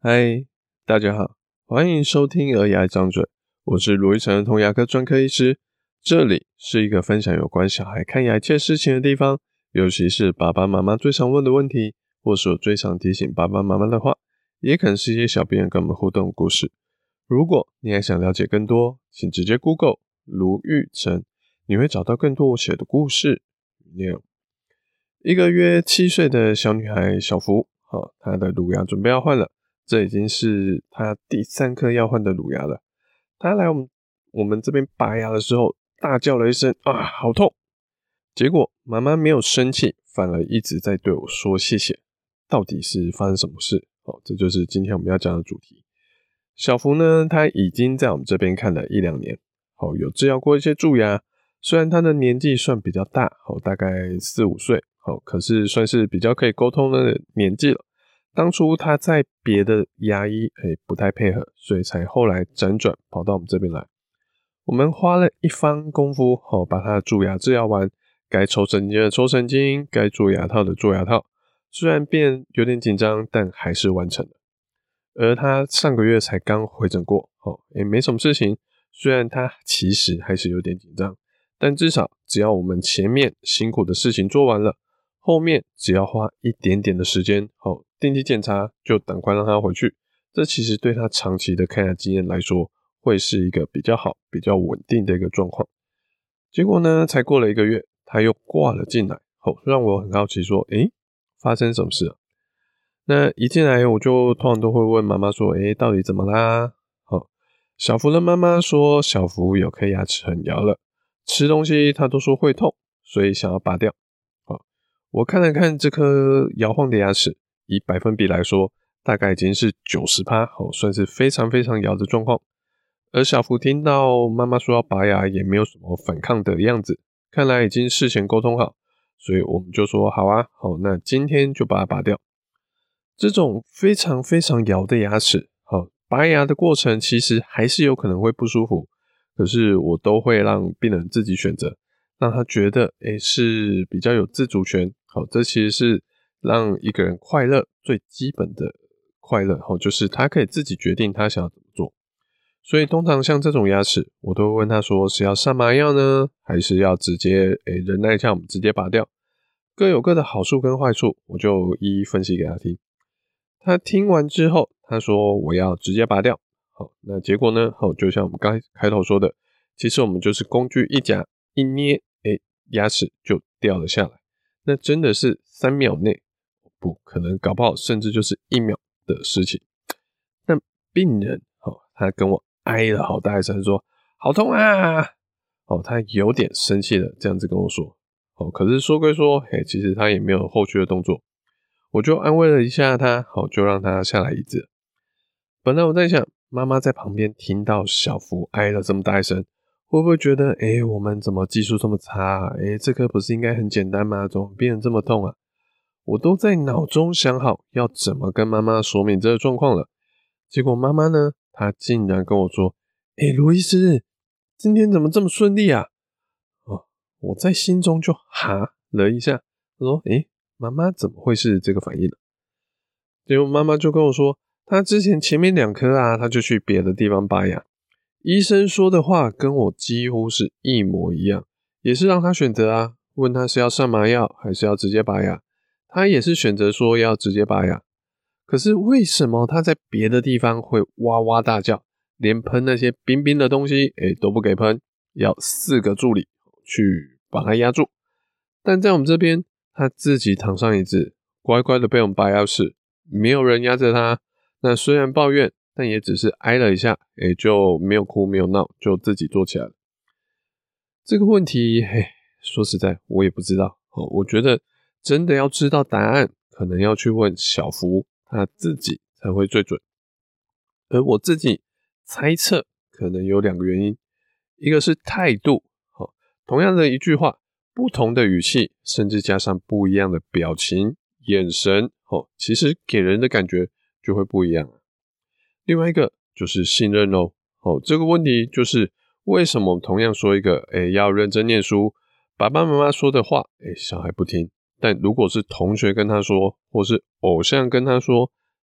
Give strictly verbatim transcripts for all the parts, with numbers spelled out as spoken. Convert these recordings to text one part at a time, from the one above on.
嗨，大家好，欢迎收听儿牙张嘴，我是罗玉成儿童牙科专科医师，这里是一个分享有关小孩看牙一切事情的地方，尤其是爸爸妈妈最常问的问题，或是我最常提醒爸爸妈妈的话，也可能是一些小朋友跟我们互动的故事。如果你还想了解更多，请直接 Google 卢玉成，你会找到更多我写的故事内容。一个约七岁的小女孩小福，哦，她的乳牙准备要换了，这已经是她第三颗要换的乳牙了。她来我们我们这边拔牙的时候，大叫了一声啊，好痛！结果妈妈没有生气，反而一直在对我说谢谢。到底是发生什么事？哦，这就是今天我们要讲的主题。小福呢，他已经在我们这边看了一两年，哦，有治疗过一些蛀牙。虽然他的年纪算比较大，哦，大概四五岁，哦，可是算是比较可以沟通的年纪了。当初他在别的牙医诶不太配合，所以才后来辗转跑到我们这边来。我们花了一番功夫，哦，把他的蛀牙治疗完，该抽神经的抽神经，该做牙套的做牙套。虽然变有点紧张，但还是完成了。而他上个月才刚回诊过，哦，也没什么事情。虽然他其实还是有点紧张，但至少只要我们前面辛苦的事情做完了，后面只要花一点点的时间，哦，定期检查就赶快让他回去。这其实对他长期的看牙经验来说，会是一个比较好、比较稳定的一个状况。结果呢，才过了一个月，他又挂了进来，哦，让我很好奇说，诶，发生什么事啊？那一进来我就通常都会问妈妈说，诶，到底怎么啦？好，小福的妈妈说小福有颗牙齿很摇了，吃东西他都说会痛，所以想要拔掉。好，我看了看这颗摇晃的牙齿，以百分比来说，大概已经是 百分之九十， 好，算是非常非常摇的状况。而小福听到妈妈说要拔牙，也没有什么反抗的样子，看来已经事前沟通好，所以我们就说好啊，好，那今天就把它拔掉。这种非常非常摇的牙齿，好，拔牙的过程其实还是有可能会不舒服，可是我都会让病人自己选择，让他觉得诶是比较有自主权，好，这其实是让一个人快乐最基本的快乐，好，就是他可以自己决定他想要怎么做。所以通常像这种牙齿，我都会问他说是要上麻药呢，还是要直接诶忍耐一下我们直接拔掉，各有各的好处跟坏处，我就一一分析给他听。他听完之后，他说我要直接拔掉。好，那结果呢？好，就像我们刚开头说的，其实我们就是工具一夹一捏，诶，牙齿就掉了下来。那真的是三秒内，不可能，搞不好甚至就是一秒的事情。但病人，好，他跟我哀了好大一声，说好痛啊！哦，他有点生气的这样子跟我说。哦，可是说归说，嘿，其实他也没有后续的动作。我就安慰了一下他，好，就让他下来椅子。本来我在想，妈妈在旁边听到小福哀了这么大一声，会不会觉得，诶，我们怎么技术这么差啊？诶，这颗不是应该很简单吗？怎么变得这么痛啊？我都在脑中想好要怎么跟妈妈说明这个状况了。结果妈妈呢，她竟然跟我说，诶，罗医师，今天怎么这么顺利啊？哦，我在心中就哈了一下，我说，诶，妈妈怎么会是这个反应呢？结果妈妈就跟我说，她之前前面两颗啊，她就去别的地方拔牙，医生说的话跟我几乎是一模一样，也是让她选择啊，问她是要上麻药还是要直接拔牙，她也是选择说要直接拔牙。可是为什么她在别的地方会哇哇大叫，连喷那些冰冰的东西诶都不给喷，要四个助理去把她压住，但在我们这边她自己躺上椅子，乖乖的被我们拔牙齿，没有人压着她。那虽然抱怨，但也只是挨了一下，诶就没有哭没有闹，就自己做起来了。这个问题嘿，说实在我也不知道，哦，我觉得真的要知道答案，可能要去问小福他自己才会最准。而我自己猜测可能有两个原因，一个是态度，哦，同样的一句话，不同的语气，甚至加上不一样的表情、眼神，哦，其实给人的感觉就会不一样。另外一个就是信任咯，哦，这个问题就是为什么同样说一个，诶，要认真念书，爸爸妈妈说的话，诶，小孩不听，但如果是同学跟他说，或是偶像跟他说，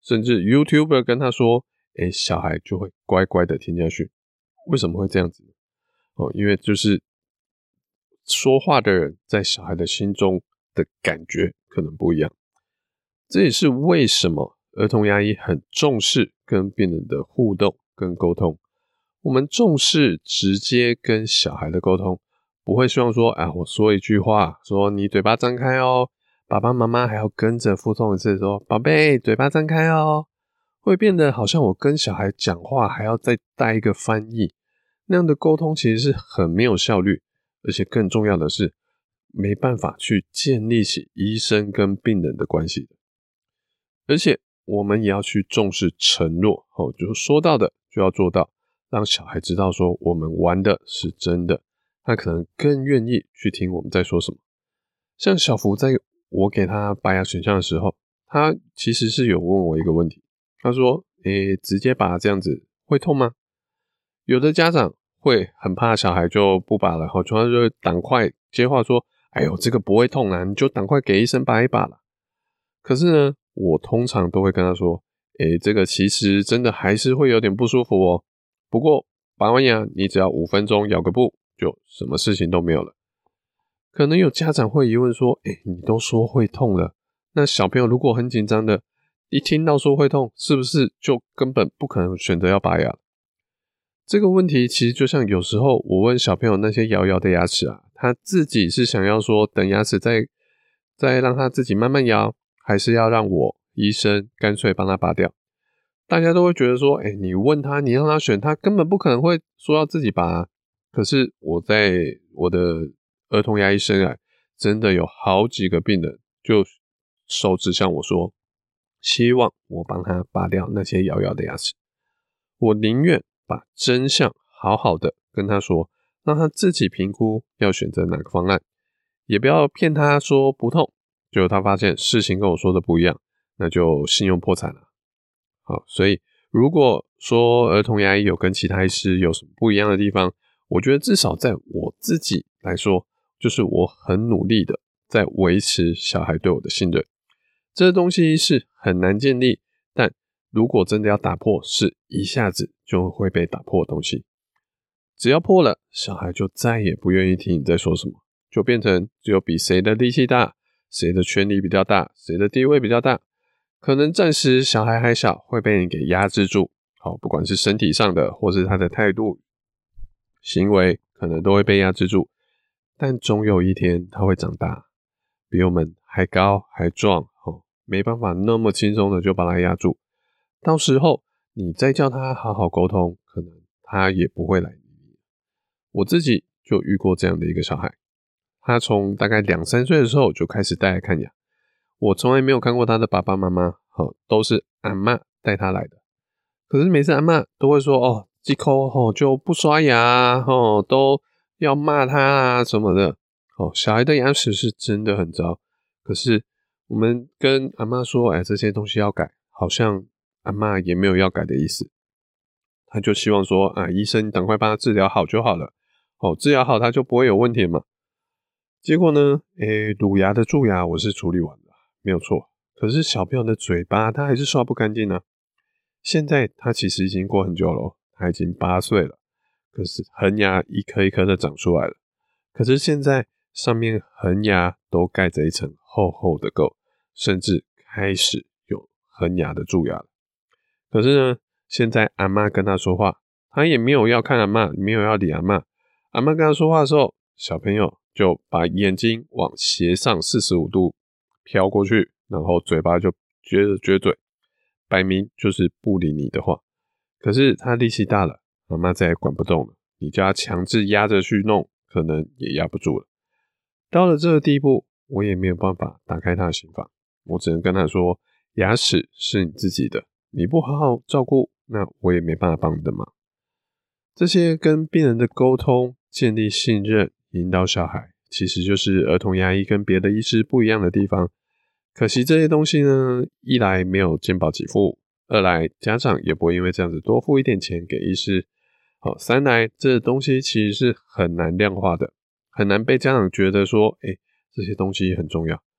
甚至 YouTuber 跟他说，诶，小孩就会乖乖的听下去。为什么会这样子？哦，因为就是说话的人在小孩的心中的感觉可能不一样。这也是为什么儿童牙医很重视跟病人的互动跟沟通。我们重视直接跟小孩的沟通，不会希望说，啊，我说一句话，说你嘴巴张开哦，爸爸妈妈还要跟着附送一次说，宝贝，嘴巴张开哦，会变得好像我跟小孩讲话还要再带一个翻译，那样的沟通其实是很没有效率，而且更重要的是，没办法去建立起医生跟病人的关系的。而且我们也要去重视承诺，哦，就是说到的就要做到，让小孩知道说我们玩的是真的，他可能更愿意去听我们在说什么。像小福在我给他拔牙选项的时候，他其实是有问我一个问题，他说，诶，直接拔这样子会痛吗？有的家长会很怕小孩就不拔了，他就会赶快接话说，哎呦，这个不会痛啦，你就赶快给医生拔一拔啦。可是呢，我通常都会跟他说，诶，这个其实真的还是会有点不舒服哦。不过拔完牙，你只要五分钟咬个布，就什么事情都没有了。可能有家长会疑问说，诶，你都说会痛了，那小朋友如果很紧张的，一听到说会痛，是不是就根本不可能选择要拔牙？这个问题其实就像有时候我问小朋友那些摇摇的牙齿啊，他自己是想要说等牙齿再再让他自己慢慢摇，还是要让我医生干脆帮他拔掉？大家都会觉得说，哎，你问他，你让他选，他根本不可能会说要自己拔啊。可是我在我的儿童牙医生涯，真的有好几个病人就手指向我说，希望我帮他拔掉那些摇摇的牙齿。我宁愿把真相好好的跟他说，让他自己评估要选择哪个方案，也不要骗他说不痛，结果他发现事情跟我说的不一样，那就信用破产了。好，所以如果说儿童牙医有跟其他医师有什么不一样的地方，我觉得至少在我自己来说，就是我很努力的在维持小孩对我的信任。这个东西是很难建立，但如果真的要打破，是一下子就会被打破的东西。只要破了，小孩就再也不愿意听你在说什么，就变成只有比谁的力气大，谁的权力比较大，谁的地位比较大。可能暂时小孩还小，会被你给压制住，好，不管是身体上的，或是他的态度、行为，可能都会被压制住。但总有一天他会长大，比我们还高还壮，哦，没办法那么轻松的就把他压住。到时候你再叫他好好沟通，可能他也不会来理你。我自己就遇过这样的一个小孩，他从大概两三岁的时候就开始带来看牙。我从来没有看过他的爸爸妈妈，哦，都是阿嬷带他来的。可是每次阿嬷都会说，哦，这口哦就不刷牙，哦，都要骂他啊什么的。哦，小孩的牙齿是真的很糟。可是我们跟阿嬷说，哎，这些东西要改，好像阿嬷也没有要改的意思。他就希望说，啊，医生赶快帮他治疗好就好了。哦，治疗好他就不会有问题嘛。结果呢，诶，乳牙的蛀牙我是处理完了，没有错。可是小朋友的嘴巴他还是刷不干净啊。现在他其实已经过很久了，他已经八岁了，可是恒牙一颗一颗的长出来了。可是现在上面恒牙都盖着一层厚厚的垢，甚至开始有恒牙的蛀牙了。可是呢，现在阿嬷跟他说话，他也没有要看阿嬷，没有要理阿嬷。阿嬷跟他说话的时候，小朋友就把眼睛往斜上四十五度飘过去，然后嘴巴就撅着撅嘴，摆明就是不理你的话。可是他力气大了，阿嬷再也管不动了，你叫他强制压着去弄，可能也压不住了。到了这个地步，我也没有办法打开他的心房，我只能跟他说，牙齿是你自己的，你不好好照顾，那我也没办法帮你的忙。这些跟病人的沟通、建立信任、引导小孩，其实就是儿童牙医跟别的医师不一样的地方。可惜这些东西呢，一来没有健保给付，二来家长也不会因为这样子多付一点钱给医师。好，三来这东西其实是很难量化的，很难被家长觉得说，诶，这些东西很重要。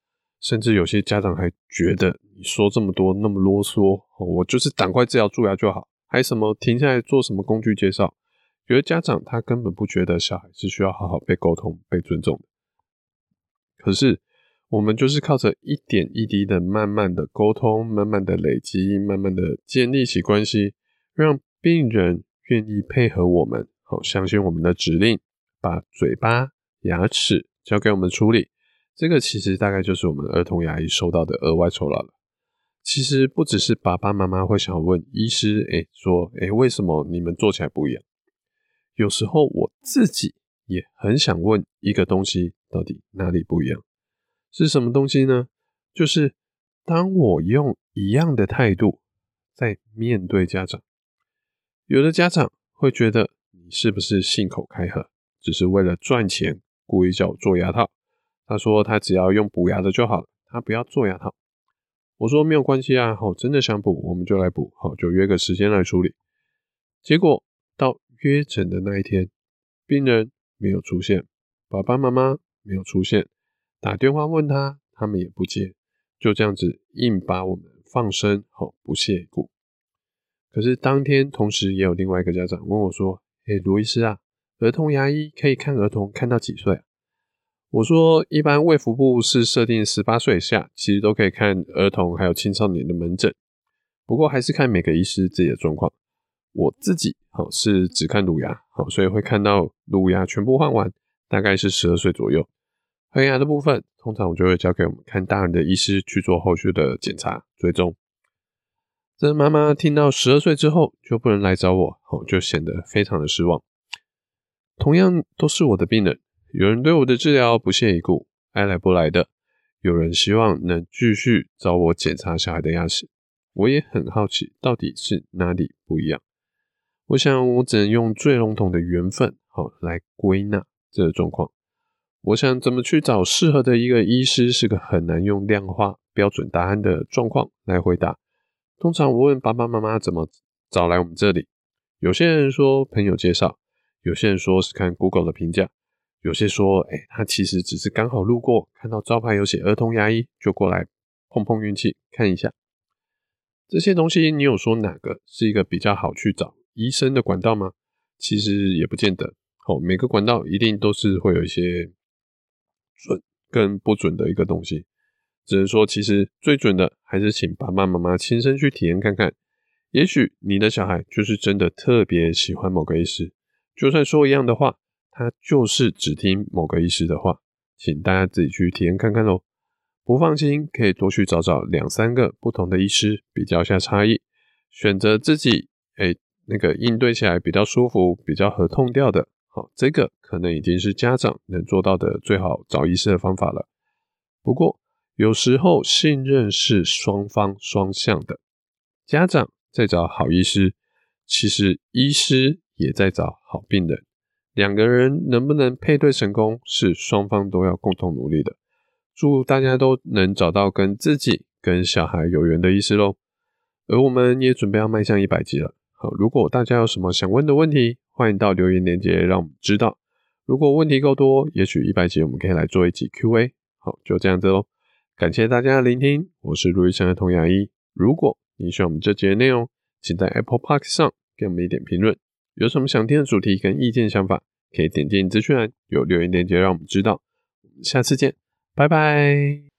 甚至有些家长还觉得你说这么多那么啰嗦，哦，我就是赶快治疗蛀牙就好，还什么停下来做什么工具介绍。有的家长他根本不觉得小孩是需要好好被沟通被尊重的，可是我们就是靠着一点一滴的慢慢的沟通，慢慢的累积，慢慢的建立起关系，让病人愿意配合我们，好，相信我们的指令，把嘴巴牙齿交给我们处理。这个其实大概就是我们儿童牙医收到的额外酬劳了。其实不只是爸爸妈妈会想问医师，诶说诶为什么你们做起来不一样？有时候我自己也很想问一个东西到底哪里不一样。是什么东西呢？就是当我用一样的态度在面对家长，有的家长会觉得你是不是信口开河，只是为了赚钱故意叫我做牙套。他说他只要用补牙的就好了，他不要做牙套。我说没有关系啊，好，真的想补我们就来补，好，就约个时间来处理。结果到约诊的那一天，病人没有出现，爸爸妈妈没有出现，打电话问他，他们也不接，就这样子硬把我们放生，好，不屑一顾。可是当天同时也有另外一个家长问我说，诶卢医师啊，儿童牙医可以看儿童看到几岁啊？我说一般卫福部是设定十八岁以下其实都可以看儿童还有青少年的门诊，不过还是看每个医师自己的状况。我自己好是只看乳牙，好，所以会看到乳牙全部换完大概是十二岁左右。恒牙的部分通常我就会交给我们看大人的医师去做后续的检查追踪。这妈妈听到十二岁之后就不能来找我，好，就显得非常的失望。同样都是我的病人，有人对我的治疗不屑一顾，爱来不来的，有人希望能继续找我检查小孩的牙齿。我也很好奇到底是哪里不一样。我想我只能用最笼统的缘分好来归纳这个状况。我想怎么去找适合的一个医师是个很难用量化标准答案的状况来回答。通常我问爸爸妈妈怎么找来我们这里，有些人说朋友介绍，有些人说是看 Google 的评价，有些说诶他其实只是刚好路过看到招牌有写儿童牙医就过来碰碰运气看一下。这些东西你有说哪个是一个比较好去找医生的管道吗？其实也不见得，哦，每个管道一定都是会有一些准跟不准的一个东西，只能说其实最准的还是请爸爸妈妈亲身去体验看看。也许你的小孩就是真的特别喜欢某个医师，就算说一样的话，他就是只听某个医师的话，请大家自己去体验看看咯。不放心可以多去找找两三个不同的医师比较下差异，选择自己诶那个应对起来比较舒服比较合痛调的，好，这个可能已经是家长能做到的最好找医师的方法了。不过有时候信任是双方双向的，家长在找好医师，其实医师也在找好病人，两个人能不能配对成功是双方都要共同努力的。祝大家都能找到跟自己跟小孩有缘的医师咯。而我们也准备要迈向一百集了，好，如果大家有什么想问的问题，欢迎到留言连结让我们知道。如果问题够多，也许一百集我们可以来做一集 Q A。 好，就这样子咯，感谢大家的聆听，我是卢医生儿童牙医。如果你喜欢我们这集的内容，请在 Apple Podcast 上给我们一点评论，有什么想听的主题跟意见想法，可以点进资讯栏有留言连结让我们知道。我们下次见，拜拜。